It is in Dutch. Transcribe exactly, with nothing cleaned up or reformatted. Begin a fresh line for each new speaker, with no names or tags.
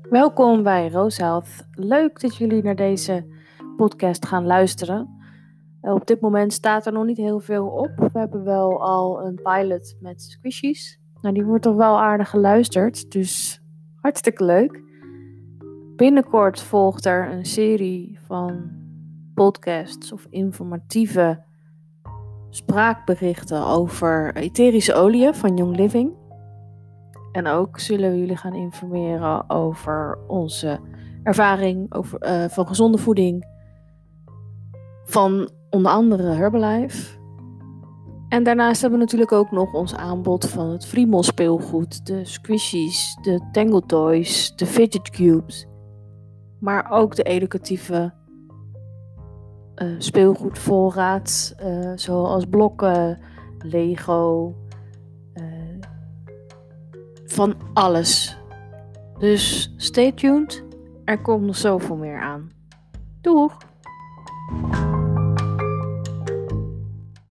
Welkom bij Rose Health. Leuk dat jullie naar deze podcast gaan luisteren. Uh, op dit moment staat er nog niet heel veel op. We hebben wel al een pilot met squishies. Nou, die wordt toch wel aardig geluisterd, dus hartstikke leuk. Binnenkort volgt er een serie van podcasts of informatieve spraakberichten over etherische oliën van Young Living. En ook zullen we jullie gaan informeren over onze ervaring over, uh, van gezonde voeding. Van onder andere Herbalife. En daarnaast hebben we natuurlijk ook nog ons aanbod van het Friemel speelgoed. De squishies, de Tangle Toys, de Fidget Cubes. Maar ook de educatieve uh, speelgoedvoorraad. Uh, zoals blokken, Lego. Uh, Van alles. Dus stay tuned. Er komt nog zoveel meer aan. Doeg!